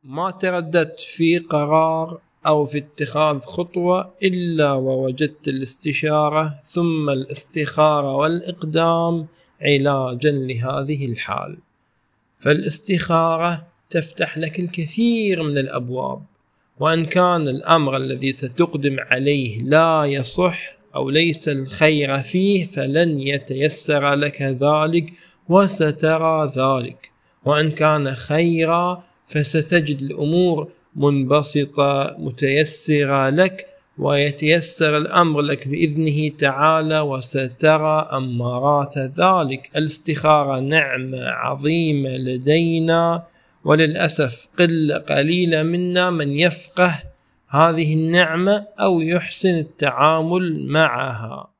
ما ترددت في قرار أو في اتخاذ خطوة إلا ووجدت الاستشارة ثم الاستخارة والإقدام علاجا لهذه الحال. فالاستخارة تفتح لك الكثير من الأبواب، وإن كان الأمر الذي ستقدم عليه لا يصح أو ليس الخير فيه فلن يتيسر لك ذلك وسترى ذلك، وإن كان خيرا فستجد الأمور منبسطة متيسرة لك ويتيسر الأمر لك بإذنه تعالى وسترى أمارات ذلك. الاستخارة نعمة عظيمة لدينا، وللأسف قليلة منا من يفقه هذه النعمة أو يحسن التعامل معها.